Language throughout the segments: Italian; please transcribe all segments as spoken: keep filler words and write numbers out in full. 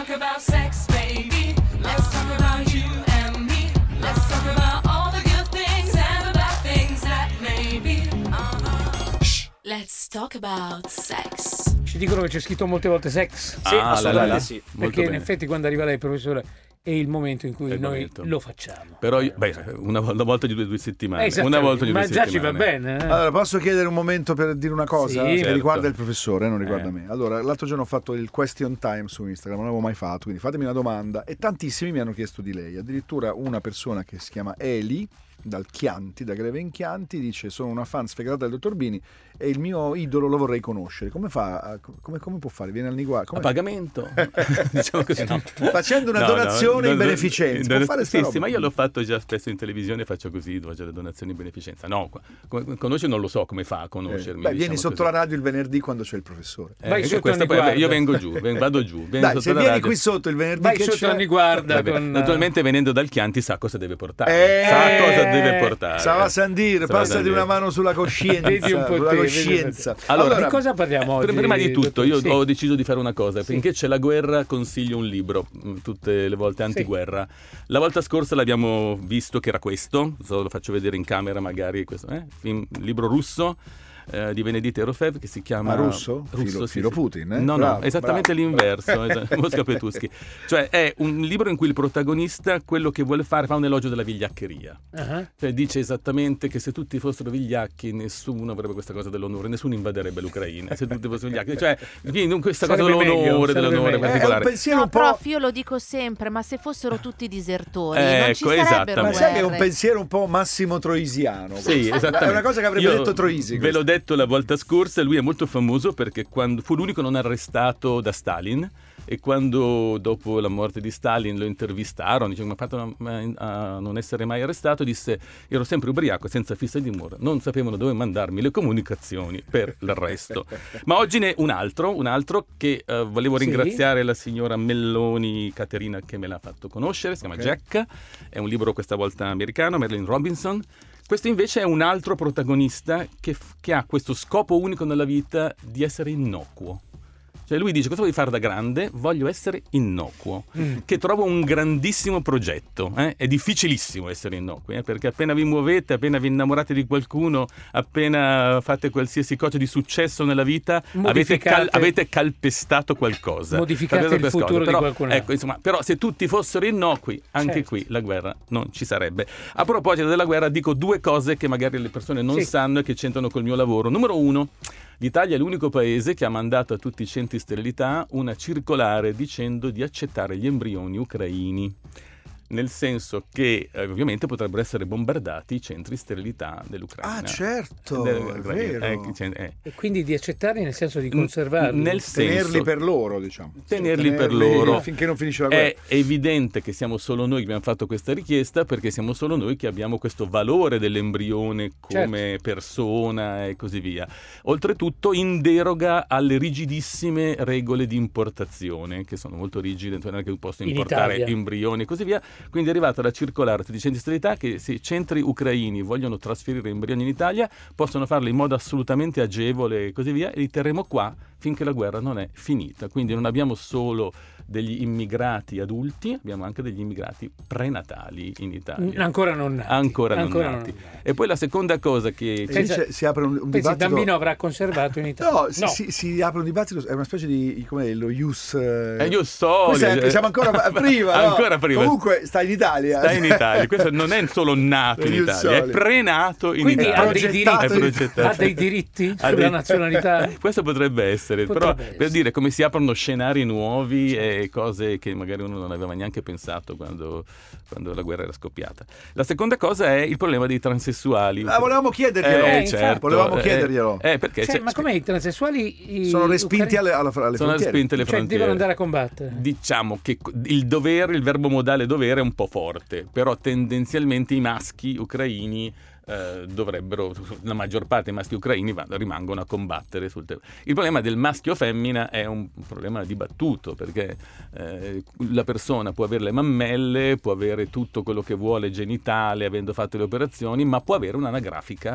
talk about sex, baby. Let's talk about you and me. Let's talk about all the good things and the bad things that may be. Uh-huh. Shh. Let's talk about sex. Ci dicono che c'è scritto molte volte sex. Sì, ah, assolutamente sì. Perché in bene. effetti quando arriva lei, professore, è il momento in cui il noi momento. lo facciamo. Però io, beh, una, una volta di due, due settimane. Eh, una volta di ma due già settimane. ci va bene. Eh? Allora, posso chiedere un momento per dire una cosa? Sì, che certo. riguarda il professore, non riguarda Eh. me. Allora, l'altro giorno ho fatto il question time su Instagram, non l'avevo mai fatto, quindi fatemi una domanda. E tantissimi mi hanno chiesto di lei. Addirittura una persona che si chiama Eli, dal Chianti, da Greve in Chianti, dice: sono una fan sfegatata del dottor Bini e il mio idolo lo vorrei conoscere. Come fa? Come, come può fare? Viene al Niguarda? Come... A pagamento? Diciamo così, no. Facendo una No, donazione no, in no, beneficenza. no, Può fare sta sì, roba? sì, ma io l'ho fatto già spesso in televisione, faccio così, faccio le donazioni in beneficenza. No, come, conosci non lo so come fa a Eh, conoscermi. beh, vieni diciamo sotto così. la radio il venerdì quando c'è il professore. Eh, Vai ecco, sotto questa a poi, Niguarda. io vengo giù, vengo, vado giù. Vengo Dai, sotto se la vieni radio. qui sotto il venerdì Vai che sotto c'è... a Niguarda. Vabbè, con... naturalmente venendo dal Chianti sa cosa deve portare. Eh, sa cosa deve portare. Sava Sandir, Sava passati Sandir. una mano sulla coscienza. Vedi un po' sulla te, coscienza. Allora, di cosa parliamo oggi? Prima di tutto, io Sì. ho deciso di fare una cosa. Sì. Finché c'è la guerra, consiglio un libro, mh, tutte le volte antiguerra. La volta scorsa l'abbiamo visto che era questo, lo faccio vedere in camera magari, questo, eh? Film, libro russo. Eh, di Benedito Erofeev che si chiama Ma russo? russo Filo- sì, filo sì. Putin, eh? No, Bravo, no, esattamente bravo, l'inverso, esa- Mosca Petrucci. Cioè è un libro in cui il protagonista quello che vuole fare fa un elogio della vigliaccheria. Uh-huh. Cioè dice esattamente che se tutti fossero vigliacchi nessuno avrebbe questa cosa dell'onore, nessuno invaderebbe l'Ucraina se tutti fossero vigliacchi. Cioè quindi questa Sarebbe cosa dell'onore, meglio, sarebbe dell'onore meglio. È un particolare. pensiero No, un po'... prof, io lo dico sempre, ma se fossero tutti disertori non ci Ecco, sarebbero esattamente. Ma sai che è un guerre. pensiero un po' Massimo Troisiano? Sì, questo. esattamente. È una cosa che avrebbe Io detto Troisi. Ve questo. l'ho detto la volta scorsa, lui è molto famoso perché quando fu l'unico non arrestato da Stalin e quando dopo la morte di Stalin lo intervistarono, dice come ha fatto a, a non essere mai arrestato, disse ero sempre ubriaco senza fissa dimora, non sapevano dove mandarmi le comunicazioni per l'arresto. Ma oggi ne un altro, un altro che uh, volevo Sì. ringraziare la signora Melloni Caterina che me l'ha fatto conoscere, si chiama Ok. Jack, è un libro questa volta americano, Marilyn Robinson. Questo invece è un altro protagonista che, f- che ha questo scopo unico nella vita di essere innocuo. Cioè lui dice, cosa vuoi fare da grande? Voglio essere innocuo, Mm. che trovo un grandissimo progetto. Eh? È difficilissimo essere innocui, eh? Perché appena vi muovete, appena vi innamorate di qualcuno, appena fate qualsiasi cosa di successo nella vita, avete, Modificate- cal- avete calpestato qualcosa. Modificate Avete il qualcosa. futuro di Però, qualcun ecco, altro. insomma, però se tutti fossero innocui, anche Certo. qui la guerra non ci sarebbe. A proposito della guerra, dico due cose che magari le persone non Sì. sanno e che c'entrano col mio lavoro. Numero uno, l'Italia è l'unico paese che ha mandato a tutti i centri sterilità una circolare dicendo di accettare gli embrioni ucraini. Nel senso che eh, ovviamente potrebbero essere bombardati i centri sterilità dell'Ucraina. Ah, certo, Dell'Ucraina. è vero. Eh, che c'è- eh. E quindi di accettarli nel senso di conservarli. Nel Tenerli senso, per loro, diciamo. tenerli Cioè, per tenerli loro. finché non finisce la guerra. È evidente che siamo solo noi che abbiamo fatto questa richiesta perché siamo solo noi che abbiamo questo valore dell'embrione come persona e così via. Oltretutto in deroga alle rigidissime regole di importazione che sono molto rigide, non è che posso In importare Italia. embrioni e così via. Quindi è arrivata la circolare a tutti i centri di sterilità che se i centri ucraini vogliono trasferire embrioni in Italia possono farlo in modo assolutamente agevole e così via e li terremo qua finché la guerra non è finita. Quindi non abbiamo solo degli immigrati adulti, abbiamo anche degli immigrati prenatali in Italia. Mm, ancora non nati. Ancora non Ancora nati. non nati. E poi la seconda cosa che... Si, Pensa- dice- si apre un, un Pensi, il dibattito... bambino avrà conservato in Italia? No, si, Si, si apre un dibattito, è una specie di, come lo ius... Eh, Eh, io so... questo è- siamo ancora prima, no? Ancora prima. Comunque sta in Italia. Sta in Italia. Questo non è solo nato in Io Italia, so. è prenato in Quindi Italia. ha dei Progettato diritti, in- È progettato. ha dei diritti Ha sulla dei- nazionalità? Questo potrebbe essere, Potrebbe però essere. per dire come si aprono scenari nuovi e cose che magari uno non aveva neanche pensato quando, quando la guerra era scoppiata. La seconda cosa è il problema dei transessuali. Ah, volevamo chiederglielo. Eh, Eh, certo. volevamo Eh, chiederglielo. Eh, perché Cioè, c'è- ma come i transessuali i Sono respinti ucraini- alle, alla- alle sono frontiere. respinte le cioè frontiere. devono andare a combattere? Diciamo che il dovere, il verbo modale dovere è un po' forte, però tendenzialmente i maschi ucraini eh, dovrebbero, la maggior parte dei maschi ucraini va- rimangono a combattere sul terreno. Il problema del maschio-femmina è un problema dibattuto perché eh, la persona può avere le mammelle, può avere tutto quello che vuole genitale avendo fatto le operazioni, ma può avere un'anagrafica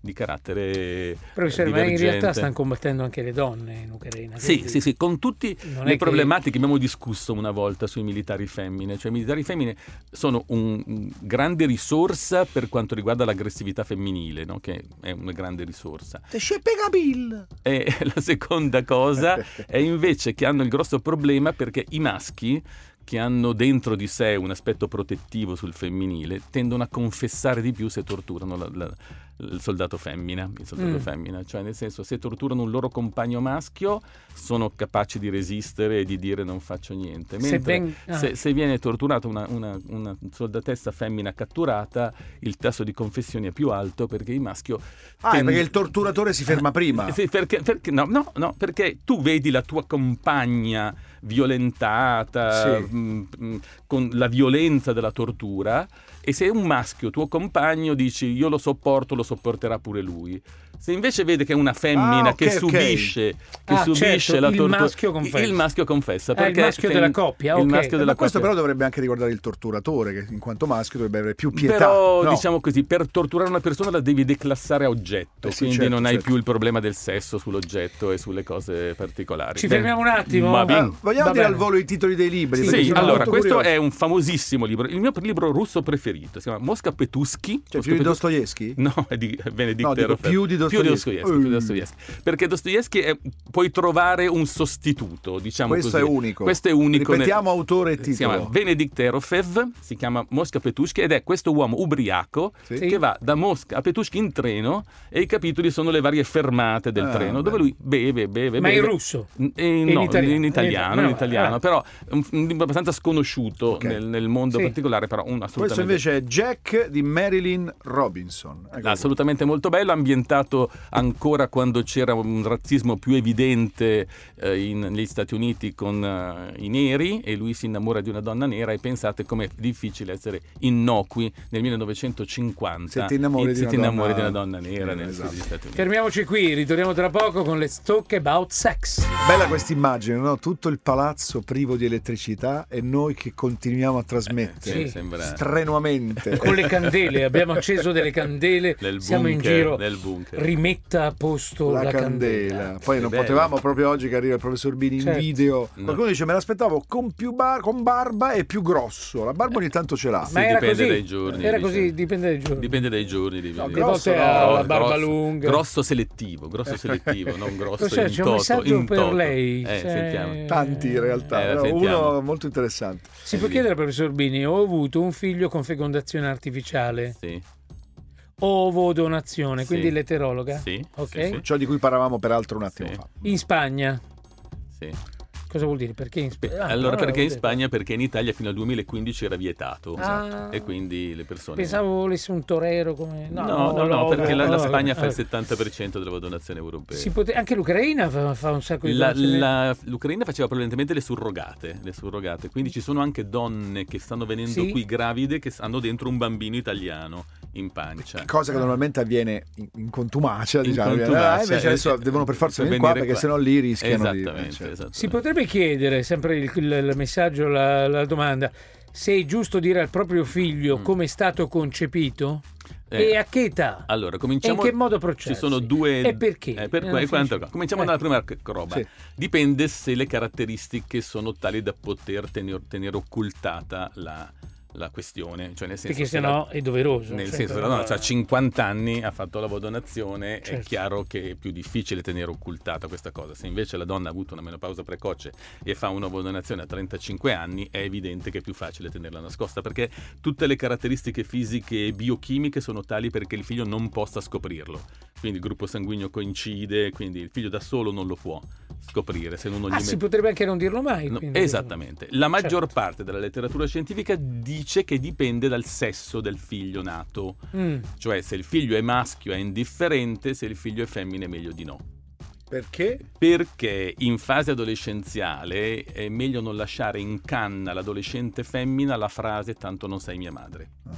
di carattere Professore, ma divergente. in realtà stanno combattendo anche le donne in Ucraina. Sì, quindi sì, sì, con tutte non le è che- problematiche abbiamo discusso una volta sui militari femmine, cioè i militari femmine sono un, un grande risorsa per quanto riguarda l'aggressività femminile, no? Che è una grande risorsa. Te c'è Pegabil! E la seconda cosa è invece che hanno il grosso problema perché i maschi, che hanno dentro di sé un aspetto protettivo sul femminile, tendono a confessare di più se torturano la, la, il soldato femmina, il soldato Mm. femmina, cioè nel senso, se torturano un loro compagno maschio sono capaci di resistere e di dire non faccio niente, Se mentre ben- ah. se, se viene torturata una, una, una soldatessa femmina catturata, il tasso di confessioni è più alto perché il maschio Ah, è tende- perché il torturatore si ferma prima. Sì, perché, perché- no, no, no, perché tu vedi la tua compagna violentata, Sì. mh, mh, con la violenza della tortura, e se è un maschio tuo compagno dici io lo sopporto, lo sopporterà pure lui. Se invece vede che è una femmina Ah, ok, che ok. subisce, che Ah, subisce certo, la il tortura, maschio confessa. il maschio confessa, Ah, il perché maschio ten- della coppia, il ok. maschio Eh, della Ma questo coppia. però dovrebbe anche riguardare il torturatore, che in quanto maschio dovrebbe avere più pietà. Però no? diciamo così, per torturare una persona la devi declassare a oggetto, Eh sì, quindi certo, non hai certo. più il problema del sesso sull'oggetto e sulle cose particolari. Ci Beh, fermiamo un attimo? Va Ah, bene. vogliamo Va dire bene. al volo i titoli dei libri? Sì, perché sono allora molto questo curioso. è un famosissimo libro, il mio libro russo preferito, si chiama Mosca Petuschi. Cioè, Mosca più di Petuschi- Dostoevsky? No, è di Benedict No, dico Erofeld. più di Dostoevsky. Dostoevsky, più di Mm. Dostoevsky. Perché Dostoevsky è- puoi trovare un sostituto, diciamo Questo così. è unico. Questo è unico. Ripetiamo nel- autore e Si chiama titolo. Benedict Erofeld, si chiama Mosca Petuschi ed è questo uomo ubriaco Sì. che va da Mosca a Petuschi in treno e i capitoli sono le varie fermate del Ah, treno dove bello. lui beve, beve, Ma beve. in russo? Eh, In no, italiano. in italiano, No, in italiano eh. però un, un libro abbastanza sconosciuto Ok. nel, nel mondo Sì. particolare, però un assolutamente. Questo invece è Jack di Marilyn Robinson. Ecco. Assolutamente molto bello, ambientato ancora quando c'era un razzismo più evidente eh, in- negli Stati Uniti con eh, i neri, e lui si innamora di una donna nera, e pensate com'è difficile essere innocui nel millenovecentocinquanta Se ti innamori e di se una ti innamori donna- di una donna nera Eh, negli esatto. Stati Uniti. Fermiamoci qui, ritorniamo tra poco con Let's Talk About Sex. Bella questa immagine, no? Tutto il palazzo privo di elettricità e noi che continuiamo a trasmettere Sì, Sì. sembra strenuamente. Con le candele, abbiamo acceso delle candele, nel siamo in bunker, giro, nel bunker. rimetta a posto La, la, candela. Poi Che non bello. potevamo proprio oggi che arriva il professor Bini Certo. in video. No. Qualcuno dice me l'aspettavo con più bar- con barba e più grosso. La barba ogni tanto ce l'ha. Sì, Ma era dipende così, dai giorni, era dice. così, dipende dai giorni. Dipende dai giorni. Dipende No, dai Di grosso volte no, ha la Grosso- barba lunga. Grosso selettivo, grosso selettivo, non grosso Professore, in c'è un toto, messaggio in per toto. lei. Eh, Cioè, sentiamo. Tanti in realtà, Eh, però sentiamo. uno molto interessante. Si può lì. chiedere al professor Bini, ho avuto un figlio con fecondazione artificiale, Sì, ovodonazione, Sì. quindi l'eterologa. sì, Ok. sì, sì. Ciò di cui parlavamo peraltro un attimo Sì. fa. In Spagna. Sì. Cosa vuol dire? Perché in Beh, Spagna? Ah, allora, allora perché in vuol dire- Spagna? Perché in Italia fino al duemilaquindici era vietato. Ah. E quindi le persone. Pensavo volesse un torero come... No, no, no, no, perché la, la no, Spagna no. fa il settanta per cento della donazione europea. Si pote- Anche l'Ucraina fa, fa un sacco di La- donazioni. la- L'Ucraina faceva prevalentemente le surrogate, le surrogate, quindi ci sono anche donne che stanno venendo Sì. qui gravide che hanno dentro un bambino italiano in pancia. Cosa che normalmente avviene in, in contumacia, In diciamo. contumacia, Ah, invece eh, adesso eh, devono per forza per venire qua venire perché qua. sennò lì rischiano di... Esattamente, eh, certo. esattamente. Si potrebbe chiedere, sempre il, il- il messaggio, la, la domanda, se è giusto dire al proprio figlio Mm. come è stato concepito Eh, e a che età Allora, e cominciamo. in che modo processi. Ci sono due. E perché? Eh, per Eh, que- non quanto- finisce. Cominciamo Eh. dalla prima c- roba. Sì. Dipende se le caratteristiche sono tali da poter tenere, tenere occultata la, la questione. Cioè nel senso Perché se sennò la- è doveroso. Nel cioè, senso che la però- donna ha cinquanta anni, ha fatto la donazione, è Certo. chiaro che è più difficile tenere occultata questa cosa. Se invece la donna ha avuto una menopausa precoce e fa una donazione a trentacinque anni, è evidente che è più facile tenerla nascosta, perché tutte le caratteristiche fisiche e biochimiche sono tali perché il figlio non possa scoprirlo. Quindi il gruppo sanguigno coincide, quindi il figlio da solo non lo può scoprire se non gli Ah, mette- si potrebbe anche non dirlo mai. No, quindi- esattamente. La maggior Certo. parte della letteratura scientifica dice che dipende dal sesso del figlio nato. Mm. Cioè, se il figlio è maschio è indifferente, se il figlio è femmina è meglio di no. Perché? Perché in fase adolescenziale è meglio non lasciare in canna l'adolescente femmina la frase "tanto non sei mia madre". Ah.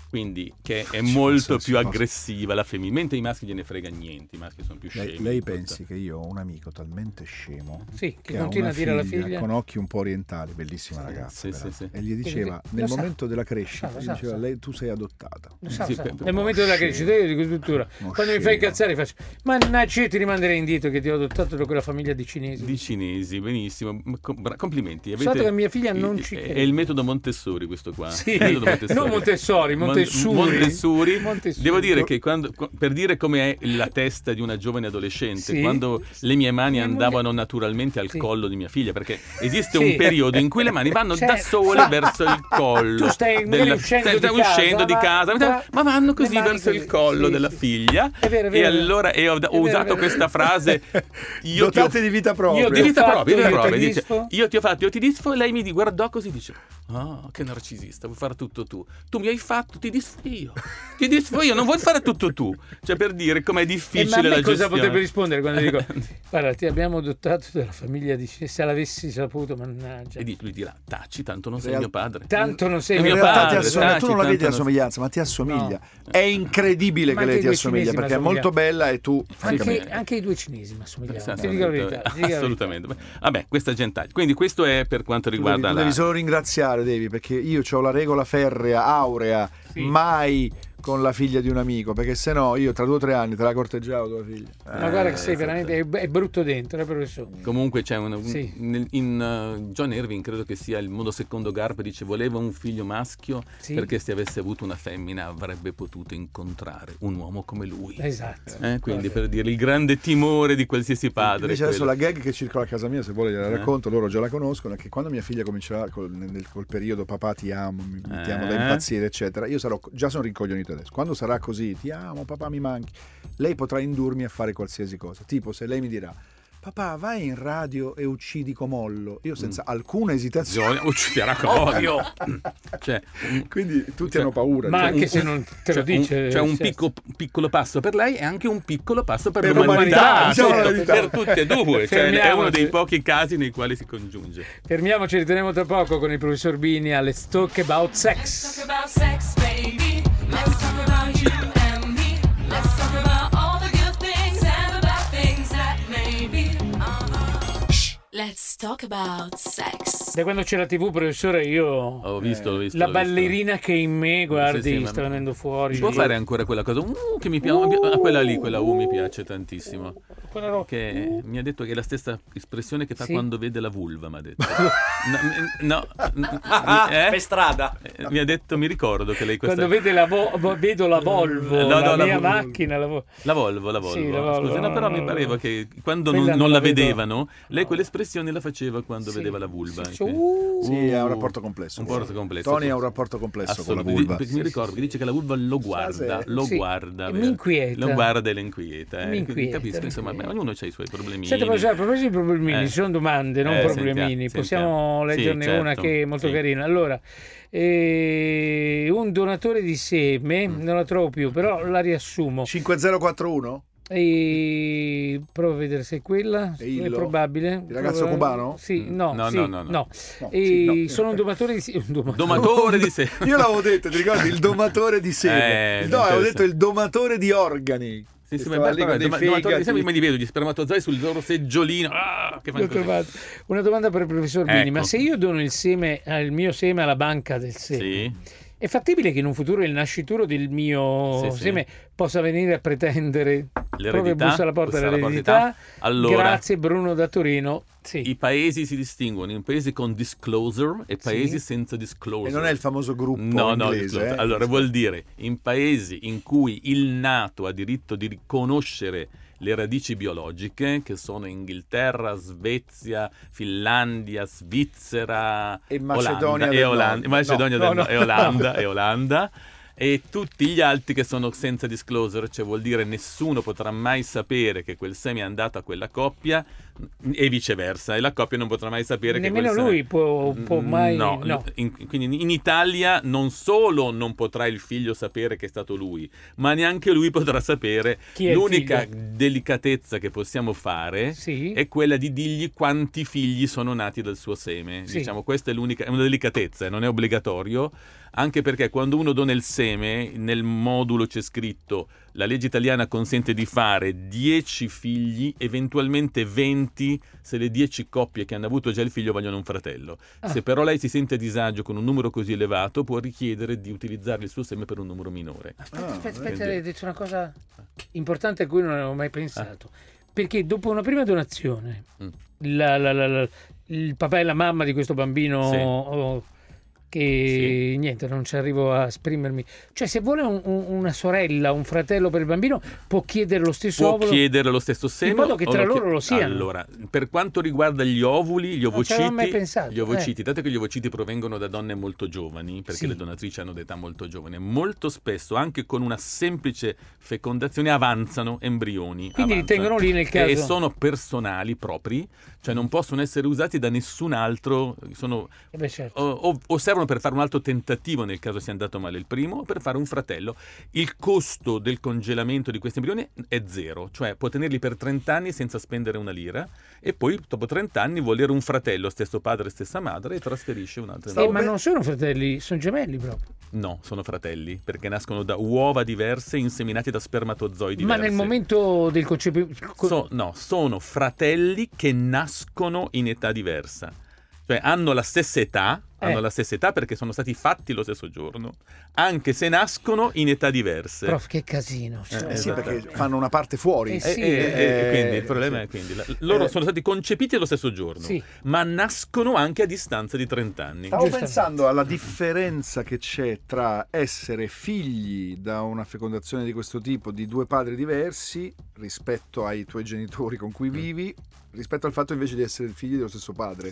quindi che è Ci molto pensa, più si fa- aggressiva la femmina, mentre i maschi gliene frega niente, i maschi sono più scemi. Lei, lei pensi che io ho un amico talmente scemo Sì, che, che ha continua una a dire alla figlia figlia. con occhi un po' orientali, bellissima ragazza, sì, sì, veramente. sì. E gli diceva Lo nel sa. momento della crescita, Lo sa, gli lo diceva sa. lei tu sei adottata. Lo sa, Sì, lo sa. per- Nel momento della scemo. crescita io dico tuttora. Uno Quando mi fai scemo. incazzare faccio mannaggia, io ti rimanderei indietro che ti ho adottato da quella famiglia di cinesi. Di cinesi, benissimo, Ma com- bra- complimenti. Pensate che mia figlia non il- ci è, crede. è il metodo Montessori questo qua. Sì, Il metodo Montessori. non Montessori, Mon- Montessuri. Montessori. Montessori. Devo dire che quando, co- per dire come è la testa di una giovane adolescente, Sì. quando le mie mani Mia andavano moglie- naturalmente al Sì. collo di mia figlia, perché esiste Sì. un periodo in cui le mani vanno da Certo. sole verso il collo. Tu stai magari uscendo stai di uscendo casa, di ma- casa, ma- ma vanno così le mani verso così. il collo Sì, della sì. figlia. È vero, è E vero. allora e ho, ho È vero, usato è vero. questa frase. Io ti ho- Dotate di vita propria. Io di vita fatto, propria, di vita io propria. ti Dice, disfo. io ti ho fatto, io ti disfo, e lei mi guardò così, dice: ah, che narcisista, vuoi fare tutto tu. Tu mi hai fatto, ti disfo io. Ti disfo io, non vuoi fare tutto tu. Cioè, per dire com'è E difficile ma a me la cosa gestione. potrebbe rispondere quando dico guarda ti abbiamo adottato dalla famiglia di se l'avessi saputo mannaggia E di- lui dirà: taci, tanto non sei Real- mio padre. tanto non sei È In mio mio realtà padre, ti assomiglia, taci, tu non la vedi tanto la non- somiglianza, ma ti assomiglia. No. È incredibile Ma che lei anche ti i due assomiglia cinesi mi perché è assomigliano. molto bella e tu, anche, francamente. anche i due cinesi mi assomigliavano Sì, ti dico la verità, ti dico la verità. Assolutamente. Vabbè, questa gentaglia. Quindi questo è per quanto Tu devi, riguarda tu la... devi solo ringraziare, Devi, perché io ho la regola ferrea, aurea, Sì. mai con la figlia di un amico, perché se no io tra due o tre anni te la corteggiavo tua figlia. Ma guarda che sei esatto. veramente è, è brutto dentro, eh, professore. Comunque c'è un, un- Sì. nel- in uh, John Irving, credo che sia il modo secondo Garp, dice: voleva un figlio maschio Sì. perché se avesse avuto una femmina avrebbe potuto incontrare un uomo come lui. Esatto. Eh, quindi Proprio. per dire il grande timore di qualsiasi padre. Invece adesso quello. la gag che circola a casa mia, se vuole gliela Eh. racconto, loro già la conoscono, è che quando mia figlia comincerà col, nel, col periodo papà ti amo, mi, mi ti amo da Eh. impazzire eccetera, io sarò, già sono rincoglionito adesso, quando sarà così, ti amo papà mi manchi, lei potrà indurmi a fare qualsiasi cosa, tipo se lei mi dirà papà vai in radio e uccidi Comollo, io senza Mm. alcuna esitazione, Bisogna uccidere Ovvio. Cioè, un- quindi tutti Cioè, hanno paura. ma cioè, anche un- se non te cioè, lo dice un, cioè un certo. picco- piccolo passo per lei e anche un piccolo passo per, Per l'umanità, l'umanità, diciamo certo, la verità. per tutti e due, cioè, è uno Fermiamoci. dei pochi casi nei quali si congiunge. Fermiamoci, ritorniamo tra poco con il professor Bini a Let's Talk About Let's Sex. talk about sex, baby. Let's talk about you and me. Let's talk about all the good things and the bad things that may be. Uh-huh. Shh. Let's talk about sex. Da quando c'è la tivù, professore, io Ho visto, l'ho visto. la l'ho visto. ballerina che è in me, guardi, Sì, sì, ma- sta venendo fuori. Si può fare ancora quella cosa? Uh, che mi piace, Uh. quella lì, quella U mi piace tantissimo. Quella roba- Che mi ha detto che è la stessa espressione che fa Sì. quando vede la vulva, mi ha detto. No, no, Ah, eh? per strada. Eh, mi ha detto, mi ricordo che lei questa Quando vede la vo- vo- vedo la Volvo, No, la no, la mia Volvo. macchina, la vo- La Volvo, la Volvo. Sì, la Volvo, Scusi, no, no, però no, mi no. pareva che quando Quella non, non non la la vedo. vedevano, lei quell'espressione la faceva quando Sì. vedeva la vulva. Sì, anche. sì, uh. Sì, ha un Uh, rapporto complesso. Un rapporto complesso. Tony ha un rapporto complesso con la Assolutamente. vulva. Perché mi ricordo che dice che la vulva lo guarda, Sì. lo Sì. guarda. E vero? mi inquieta. Lo guarda e lo inquieta. Eh. Mi inquieta, Capisco, mi insomma, inquieta. beh, ognuno ha i suoi problemini. Senta, professore, a proposito di problemini, Eh. ci sono domande, non Eh, problemini. sentiamo, Possiamo sentiamo. leggerne Sì, certo. una che è molto Sì. carina. Allora, eh, un donatore di seme, Mm. non la trovo più, però la riassumo. cinquemila quarantuno? E provo a vedere se è quella, E è Illo? probabile. Il ragazzo Provo- cubano? Sì, no, No, sì, no, no, no. No, E sì, no. sono un domatore di seme. Un domatore. Domatore di sé. Io l'avevo detto, ti ricordi? Il domatore di seme. Eh, no, avevo interessante. detto il domatore di organi. Sì, Che sì, stava ma lì con guarda, dei doma- domatore di fegati. seme, ma li vedo gli spermatozoi sul loro seggiolino. Ah, che fanno L'ho così. trovato. Una domanda per il professor Bini, Ecco. ma se io dono il seme, eh, il mio seme alla banca del seme, Sì. è fattibile che in un futuro il nascituro del mio Sì, sì. seme possa venire a pretendere proprio L'eredità, bussa alla porta bussa alla dell'eredità? Allora, Grazie Bruno da Torino. Sì. i paesi si distinguono in paesi con disclosure e paesi Sì. senza disclosure. E non è il famoso gruppo No, no, inglese. disclosure. eh? Allora vuol dire in paesi in cui il nato ha diritto di riconoscere le radici biologiche, che sono Inghilterra, Svezia, Finlandia, Svizzera, E Macedonia Olanda, del e Nord. Olanda, Macedonia No, del no, Nord, no. e Olanda, e Olanda. E tutti gli altri che sono senza disclosure, cioè vuol dire nessuno potrà mai sapere che quel seme è andato a quella coppia e viceversa, e la coppia non potrà mai sapere Nemmeno che quel seme... lui può, può mai... No, no. in- quindi in Italia non solo non potrà il figlio sapere che è stato lui, ma neanche lui potrà sapere. Chi è il L'unica figlio? delicatezza che possiamo fare Sì. è quella di dirgli quanti figli sono nati dal suo seme. Sì. Diciamo, questa è l'unica, è una delicatezza, non è obbligatorio. anche perché quando uno dona il seme, nel modulo c'è scritto la legge italiana consente di fare dieci figli, eventualmente venti se le dieci coppie che hanno avuto già il figlio vogliono un fratello. Ah. Se però lei si sente a disagio con un numero così elevato, può richiedere di utilizzare il suo seme per un numero minore. Aspetta, Ah, aspetta, aspetta, quindi- hai detto una cosa importante a cui non avevo mai pensato. Perché dopo una prima donazione, Mm. la- la- la- la- il papà e la mamma di questo bambino Sì. oh, che niente, non ci arrivo a esprimermi. Cioè, se vuole un- un- una sorella, un fratello per il bambino, può chiedere lo stesso Può ovulo. chiedere lo stesso seme modo che o tra lo loro chie- lo siano. Allora, per quanto riguarda gli ovuli, gli Non ci avevo mai ovociti, pensato, gli ovociti, eh. dato che gli ovociti provengono da donne molto giovani, perché Sì. le donatrici hanno d'età molto giovane, molto spesso anche con una semplice fecondazione avanzano embrioni. Quindi li avanzano. tengono lì nel caso. E sono personali propri, cioè non possono essere usati da nessun altro, sono Eh beh, certo. o, o- o servono per fare un altro tentativo nel caso sia andato male il primo, o per fare un fratello. Il costo del congelamento di questi embrioni è zero, cioè può tenerli per trenta anni senza spendere una lira e poi dopo trenta anni volere un fratello, stesso padre, stessa madre, e trasferisce un altro Eh, embrione. ma ben- non sono fratelli, sono gemelli proprio. No, sono fratelli, perché nascono da uova diverse inseminati da spermatozoi Ma diversi. nel momento del concepimento... So- no, sono fratelli che nascono in età diversa. Cioè hanno la stessa età, hanno Eh. la stessa età perché sono stati fatti lo stesso giorno, anche se nascono in età diverse. Prof, che casino. cioè, Eh sì, Esatto. perché fanno una parte fuori. Eh E- sì, e- e- eh, quindi il problema sì. è quindi la- loro Eh. sono stati concepiti allo stesso giorno, Sì. ma nascono anche a distanza di trenta anni. Stavo Giustamente. pensando alla differenza che c'è tra essere figli da una fecondazione di questo tipo di due padri diversi rispetto ai tuoi genitori con cui vivi, rispetto al fatto invece di essere figli dello stesso padre.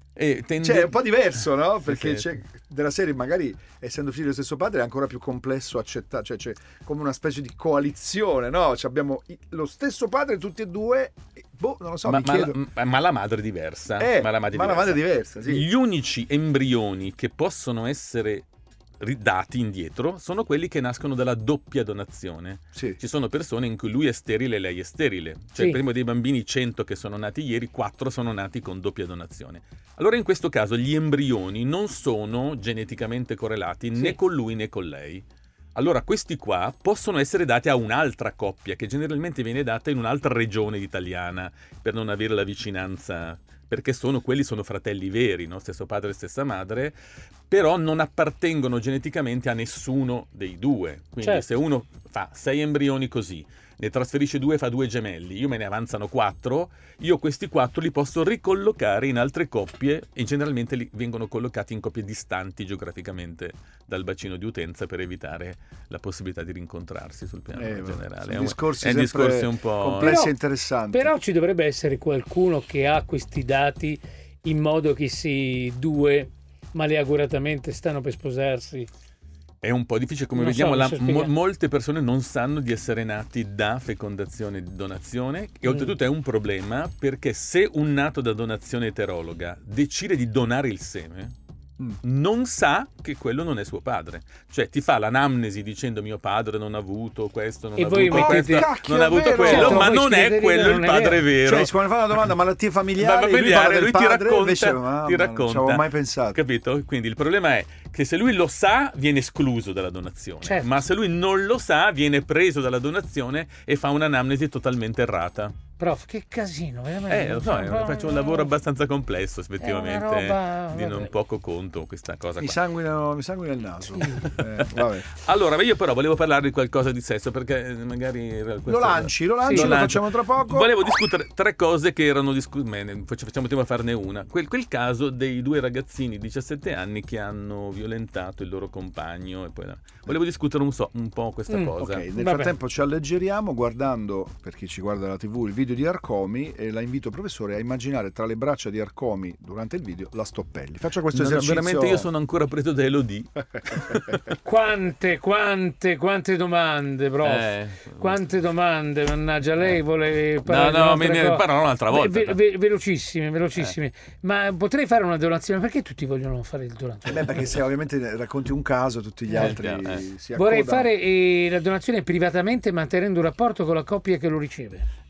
E tende- Cioè è un po' diverso, no? Perché Sì. c'è della serie, magari essendo figli dello stesso padre è ancora più complesso accettare, cioè c'è come una specie di coalizione, no? Cioè, abbiamo i- lo stesso padre tutti e due, e, boh, non lo so, ma, mi ma chiedo. la, ma la madre è diversa. Eh, ma la madre è ma la madre è diversa. diversa, sì. Gli unici embrioni che possono essere ridati indietro sono quelli che nascono dalla doppia donazione. Sì. Ci sono persone in cui lui è sterile e lei è sterile. Cioè, Sì. prima dei bambini cento che sono nati ieri, quattro sono nati con doppia donazione. Allora, in questo caso, gli embrioni non sono geneticamente correlati Sì. né con lui né con lei. Allora, questi qua possono essere dati a un'altra coppia, che generalmente viene data in un'altra regione italiana, per non avere la vicinanza, perché sono, quelli sono fratelli veri, no? Stesso padre e stessa madre, però non appartengono geneticamente a nessuno dei due. Quindi Certo. se uno fa sei embrioni così, ne trasferisce due, fa due gemelli, io me ne avanzano quattro, io questi quattro li posso ricollocare in altre coppie e generalmente li vengono collocati in coppie distanti geograficamente dal bacino di utenza per evitare la possibilità di rincontrarsi sul piano Eh, generale. sono È un, discorsi è un sempre discorso un po'... complessi Però- e interessanti. Però ci dovrebbe essere qualcuno che ha questi dati in modo che se due maleauguratamente stanno per sposarsi. È un po' difficile, come Non vediamo, so, la- mi so mo- spiegare. molte persone non sanno di essere nati da fecondazione e donazione, e Mm. oltretutto è un problema perché se un nato da donazione eterologa decide di donare il seme, Mm. non sa che quello non è suo padre. Cioè ti fa l'anamnesi dicendo mio padre non ha avuto questo, non E ha voi avuto mettete- questo, Cacchio, non ha è avuto vero! quello, Certo, ma voi non è scrivete quello che il non è padre vero. vero. Cioè, quando fa la domanda malattie familiari, lui familiare, parla del lui ti padre, racconta, invece, mamma, ti non ci racconta. avevo mai pensato. Capito? Quindi il problema è che se lui lo sa viene escluso dalla donazione, Certo. ma se lui non lo sa viene preso dalla donazione e fa un'anamnesi totalmente errata. Prof, che casino, veramente. Eh, lo so, eh, faccio un lavoro abbastanza complesso, effettivamente, È una roba- di non vabbè. poco conto questa cosa Mi qua. sanguina, mi sanguina il naso. Eh, vabbè. Allora, io però volevo parlare di qualcosa di sesso, perché eh, magari... questo- Lo lanci, lo lanci, Sì, lo lancio. facciamo tra poco. Volevo discutere tre cose che erano discutibili. Facciamo tempo a farne una. Quel, quel caso dei due ragazzini di diciassette anni che hanno violentato il loro compagno. E poi, volevo discutere un, so, un po' questa Mm, cosa. Ok, nel Vabbè. frattempo ci alleggeriamo guardando, per chi ci guarda la tivù, il video di Arcomi, e la invito, professore, a immaginare tra le braccia di Arcomi durante il video la Stoppelli. Faccia questo No, no, esercizio. veramente io sono ancora preso da Elodie. Quante, quante, quante domande, prof. Eh. Quante domande, mannaggia, lei vuole No, parlare di no, un'altra me ne cosa? parlerò un'altra volta. Ve- ve- velocissime, velocissime. Ma potrei fare una donazione? Perché tutti vogliono fare il donazione? Beh, perché se ovviamente racconti un caso, tutti gli Eh, altri eh. si Vorrei accodano. fare eh, la donazione privatamente mantenendo un rapporto con la coppia che lo riceve.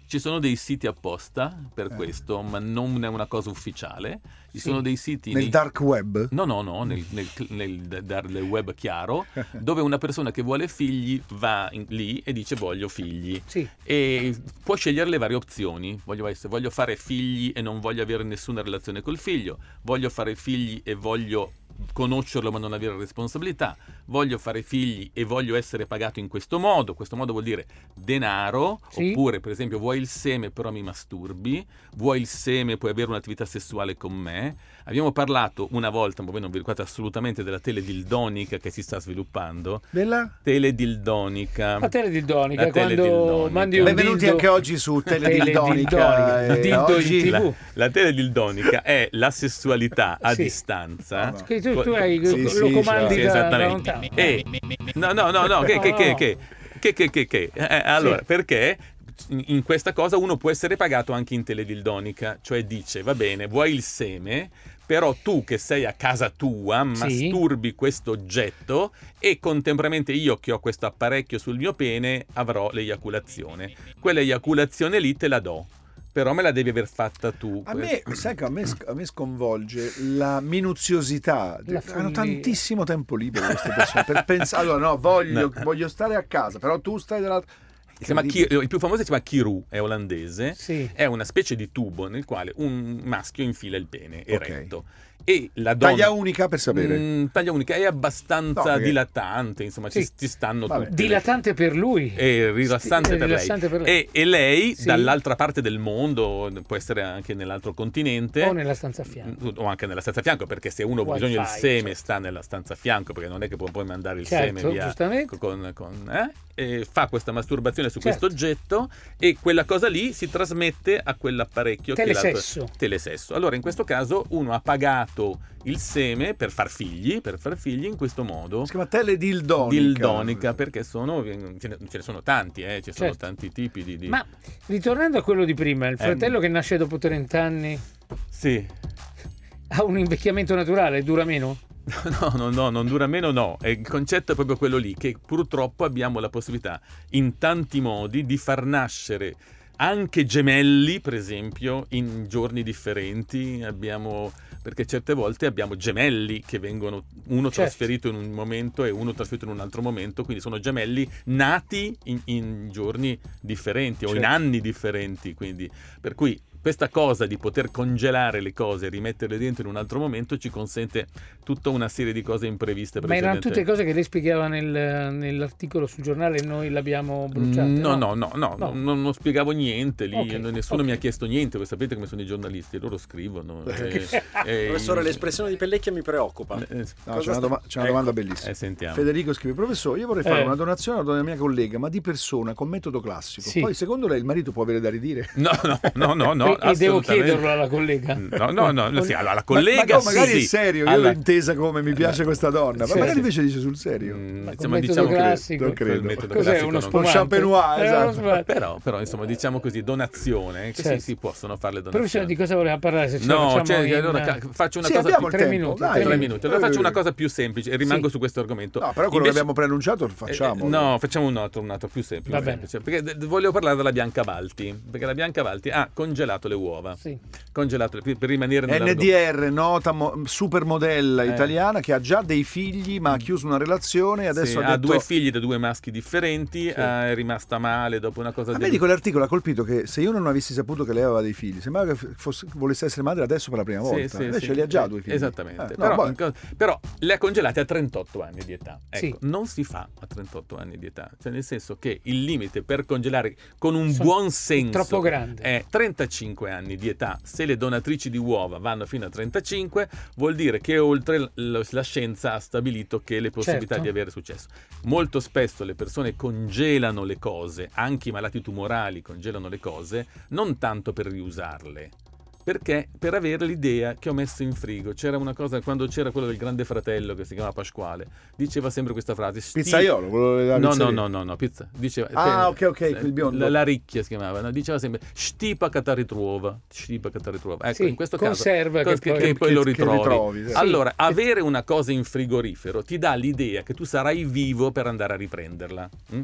Ci sono dei siti apposta per Eh. questo, ma non è una cosa ufficiale. Ci Sì. sono dei siti Nel nei- dark web? No, no, no, nel, nel, nel, nel web chiaro, dove una persona che vuole figli va in- lì e dice voglio figli. Sì. E può scegliere le varie opzioni. Voglio, essere, voglio fare figli e non voglio avere nessuna relazione col figlio. Voglio fare figli e voglio conoscerlo ma non avere responsabilità. Voglio fare figli e voglio essere pagato in questo modo. Questo modo vuol dire denaro. Sì. Oppure, per esempio, vuoi il seme però mi masturbi. Vuoi il seme, puoi avere un'attività sessuale con me. Abbiamo parlato una volta, ma voi non vi ricordate assolutamente, della teledildonica che si sta sviluppando. Della? Teledildonica. La teledildonica, La quando teledildonica. mandi un Benvenuti dildo- anche oggi su Teledildonica. Teledildonica, eh, dildo oggi- in La, tivù. la teledildonica è la sessualità a Sì. distanza. No, no. Che tu, tu hai, Sì, lo sì, comandi Sì, da, da esattamente. lontano. E no, no, no, no, che, che, che, che, che, che, che, che. Eh, allora, Sì. perché in in questa cosa uno può essere pagato anche in teledildonica, cioè dice, va bene, vuoi il seme, però tu che sei a casa tua Sì. masturbi questo oggetto e contemporaneamente io che ho questo apparecchio sul mio pene avrò l'eiaculazione. Quell'eiaculazione lì te la do, però me la devi aver fatta tu. A me, sai che a me, a me sconvolge la minuziosità. La Hanno follia. tantissimo tempo libero queste persone per pensare. Allora, no, voglio, No. voglio stare a casa, però tu stai dall'altra. Si chiama Ki- il più famoso si chiama Kiru, è olandese. Sì. È una specie di tubo nel quale un maschio infila il pene eretto. Ok. E la donna... Taglia unica per sapere. Mm, taglia unica, è abbastanza No, perché- dilatante, insomma, ci, Sì. ci stanno Vabbè. tutte. le- Dilatante per lui. È rilassante, Sì, è per, rilassante lei. per lei. E, e lei, Sì. dall'altra parte del mondo, può essere anche nell'altro continente, O nella stanza a fianco. o anche nella stanza a fianco, perché se uno ha bisogno del Wi-Fi, seme certo. sta nella stanza a fianco, perché non è che può poi mandare il Certo, seme via giustamente. con, con- eh? E fa questa masturbazione su Certo. questo oggetto e quella cosa lì si trasmette a quell'apparecchio che l'altro- Telesesso. telesesso. Allora in questo caso uno ha pagato il seme per far figli, per far figli in questo modo. Si chiama Teledildonica. Dildonica, perché sono, ce ne, ce ne sono tanti, eh, ci sono Certo. tanti tipi di... di- Ma ritornando a quello di prima, il fratello che nasce dopo trenta anni Sì. ha un invecchiamento naturale, dura meno? No, no, no, non dura meno, no. E il concetto è proprio quello lì, che purtroppo abbiamo la possibilità in tanti modi di far nascere anche gemelli, per esempio, in giorni differenti. Abbiamo, perché certe volte abbiamo gemelli che vengono uno Certo. trasferito in un momento e uno trasferito in un altro momento, quindi sono gemelli nati in, in giorni differenti o in Certo. anni differenti, quindi per cui questa cosa di poter congelare le cose e rimetterle dentro in un altro momento ci consente tutta una serie di cose impreviste. Ma erano precedente. tutte cose che lei spiegava nel- nell'articolo sul giornale e noi l'abbiamo bruciate? No, no, no, no, No. non, non spiegavo niente lì, Ok, nessuno ok. mi ha chiesto niente, voi sapete come sono i giornalisti, loro scrivono. eh, eh, Professore, in- l'espressione di Pellecchia mi preoccupa. eh, No, Cosa c'è una, sta- doma- c'è una Ecco. domanda bellissima. eh, sentiamo. Federico scrive: professore, io vorrei fare Eh. una donazione ad una mia collega, ma di persona con metodo classico. Sì. Poi, secondo lei, il marito può avere da ridire? No, no, no, no, no, e, e devo assolutamente. chiederlo alla collega. No, no, no, no, sì, allora, la Ma- collega ma, no, magari sì, è sì. serio, io Alla- l'ho intesa come mi piace questa donna, Sì, ma magari sì. invece dice sul serio. Mm, Ma insomma, con diciamo metodo che classico. non credo. il metodo Cos'è classico uno non- spumante? champenois, Eh, esatto. uno spumante. Però, però, insomma, diciamo così, donazione, che Certo. sì, si possono fare le Professore, donazioni. di cosa voleva parlare? Se ce la No, facciamo cioè, in- allora ca- faccio una Sì, cosa abbiamo più... il tre tempo, minuti, dai. tre Tre minuti. Allora Eh. faccio una cosa più semplice e rimango Sì. su questo argomento. No, però quello Invece- che abbiamo preannunciato lo facciamo. Eh, no, facciamo un altro, un altro più semplice. Va più bene. semplice, perché d- volevo parlare della Biancavalti. Perché la Biancavalti ha congelato le uova. Sì. Congelato le- per, per rimanere nella N D R, nota mo- supermodella Eh. italiana che ha già dei figli ma ha chiuso una relazione e adesso Sì, ha ha detto... due figli da due maschi differenti, eh, è rimasta male dopo una cosa A me del- di quell'articolo ha colpito che se io non avessi saputo che lei aveva dei figli, sembrava che fosse- volesse essere madre adesso per la prima Sì, volta. sì, Invece sì. li ha già due figli. Esattamente. Eh, no, però, boh, in co- però le ha congelate a trentotto anni di età. Ecco, Sì. non si fa a trentotto anni di età. Cioè, nel senso che il limite per congelare con un Sono buon senso troppo grande. è trentacinque anni di età. Se le donatrici di uova vanno fino a trentacinque, vuol dire che oltre l- la scienza ha stabilito che le possibilità Certo. di avere successo. Molto spesso le persone congelano le cose, anche i malati tumorali congelano le cose, non tanto per riusarle. Perché? Per avere l'idea che ho messo in frigo. C'era una cosa, quando c'era quello del Grande Fratello che si chiama Pasquale, diceva sempre questa frase. "Sti-" Pizzaiolo, quello della No, no, pizzeria. no, no, no, pizza. Diceva, Ah, eh, ok, ok, il biondo. La, la ricchia si chiamava, no? Diceva sempre stipa che ti ritrova, stipa che ti ritrova. Ecco, Sì, in questo conserva caso che che, poi- che poi che- lo che ritrovi. ritrovi, sì. Allora, Sì. avere una cosa in frigorifero ti dà l'idea che tu sarai vivo per andare a riprenderla. mm?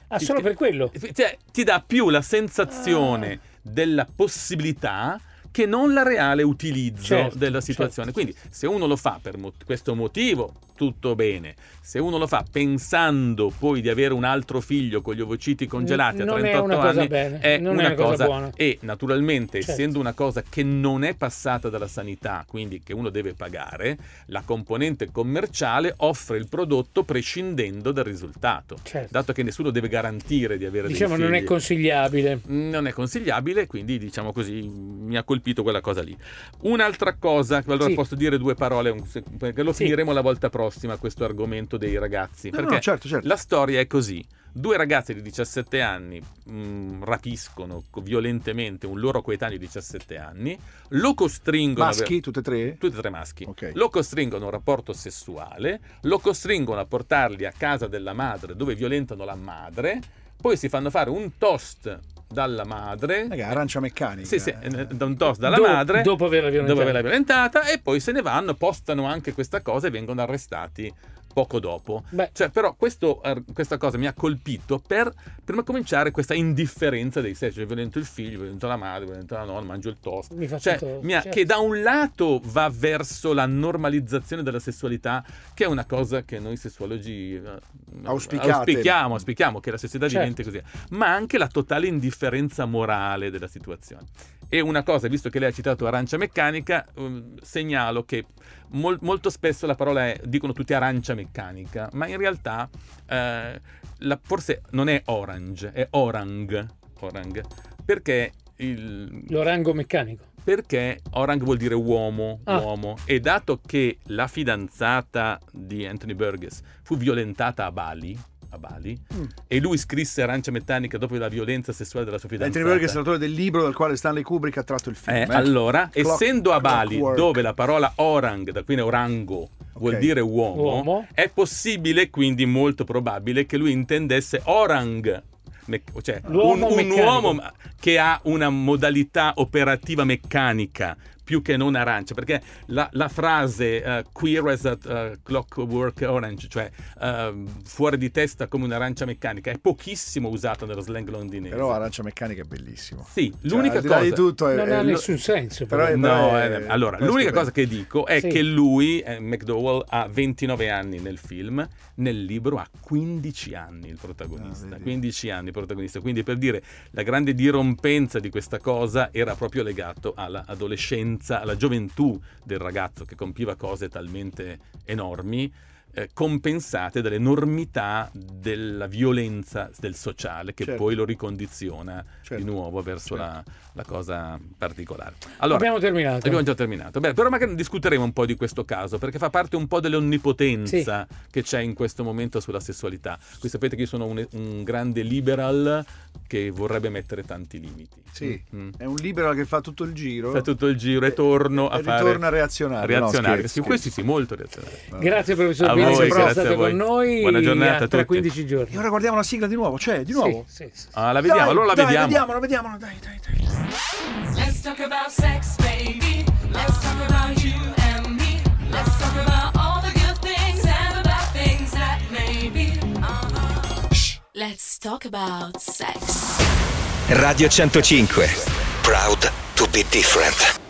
Ah, ti- solo per quello? Cioè, ti dà più la sensazione Ah. della possibilità che non la reale utilizzo Certo, della situazione. certo. Quindi se uno lo fa per mo- questo motivo, tutto bene. Se uno lo fa pensando poi di avere un altro figlio con gli ovociti congelati Non a è trentotto una cosa anni, bene, è non è una una cosa cosa, buona. e naturalmente Certo. essendo una cosa che non è passata dalla sanità, quindi che uno deve pagare, la componente commerciale offre il prodotto prescindendo dal risultato. Certo. Dato che nessuno deve garantire di avere Diciamo dei non è figli. consigliabile. Non è consigliabile, quindi diciamo così mi ha colpito quella cosa lì. Un'altra cosa, allora Sì. posso dire due parole, un sec- perché lo Sì. finiremo la volta prossima questo argomento dei ragazzi, No, perché no, certo, certo. la storia è così. Due ragazzi di diciassette anni mh, rapiscono co- violentemente un loro coetaneo di diciassette anni, lo costringono a Maschi, tutte e tre? tutti e tre maschi, Ok. lo costringono a un rapporto sessuale, lo costringono a portarli a casa della madre dove violentano la madre, poi si fanno fare un toast dalla madre. Raga, arancia meccanica. Sì, sì, eh, da un toast dalla Do- madre dopo averla violentata. dopo averla violentata, e poi se ne vanno, postano anche questa cosa e vengono arrestati poco dopo. Beh. Cioè, però questo, eh, questa cosa mi ha colpito per prima cominciare questa indifferenza dei sessi. Cioè, violento il figlio, violento la madre, violento la nonna, mangio il toast. Mi faccio Cioè, il toast, mi ha- certo. che da un lato va verso la normalizzazione della sessualità, che è una cosa che noi sessuologi eh, Auspicate. auspichiamo, auspichiamo che la sessualità Certo. diventi così, ma anche la totale indifferenza morale della situazione. E una cosa, visto che lei ha citato arancia meccanica, um, segnalo che mol- molto spesso la parola è, dicono tutti arancia meccanica, ma in realtà eh, la- forse non è orange, è orang, orang perché il, L'orango meccanico. perché orang vuol dire uomo, Ah. uomo, e dato che la fidanzata di Anthony Burgess fu violentata a Bali, a Bali Mm. e lui scrisse Arancia meccanica dopo la violenza sessuale della sua fidanzata. Anthony Burgess è l'autore del libro dal quale Stanley Kubrick ha tratto il film. Eh, eh. allora, Clock- essendo a Bali, Clockwork. dove la parola orang, da qui è orango, vuol Ok. dire uomo, Uomo. è possibile, quindi molto probabile, che lui intendesse orang, me- cioè un, L'uomo un meccanico. uomo che ha una modalità operativa meccanica più che non arancia, perché la, la frase uh, queer as a uh, clockwork orange, cioè uh, fuori di testa come un'arancia meccanica, è pochissimo usata nello slang londinese. Però arancia meccanica è bellissimo. Sì, Cioè, l'unica al di là cosa di tutto è, Non è- ha nessun senso. però però. è- No, è- eh, allora, questo l'unica è cosa bello. che dico è Sì. che lui, eh, McDowell, ha ventinove anni nel film, nel libro ha quindici anni il protagonista, Ah, vedi. quindici anni il protagonista, quindi per dire la grande dirompenza di questa cosa era proprio legato all'adolescenza, alla gioventù del ragazzo che compiva cose talmente enormi, eh, compensate dall'enormità della violenza del sociale che Certo. poi lo ricondiziona Certo. di nuovo verso Certo. la, la cosa particolare. Allora, Abbiamo terminato. abbiamo già terminato. Beh, però magari discuteremo un po' di questo caso, perché fa parte un po' dell'onnipotenza che c'è in questo momento sulla sessualità. Voi sapete che io sono un, un grande liberal che vorrebbe mettere tanti limiti. Sì, Mm. è un liberal che fa tutto il giro. Fa tutto il giro e torno a e fare ritorna reazionario. reazionario. No, scherzo, Sì, questi sì, molto reazionario. Grazie professor A Bianchi voi, per grazie essere a stato voi. con noi. Buona giornata a tra tutti. quindici giorni. E ora guardiamo la sigla di nuovo. C'è, di nuovo? Sì, sì, sì. Ah, la vediamo, Dai, allora la dai, vediamo. vediamola, vediamola, dai, dai, dai. Let's talk about sex, baby. Let's talk about you and me. Let's talk about all the good things and the bad things that may be. Uh-huh. Shh. Let's talk about sex. Radio centocinque. Proud to be different.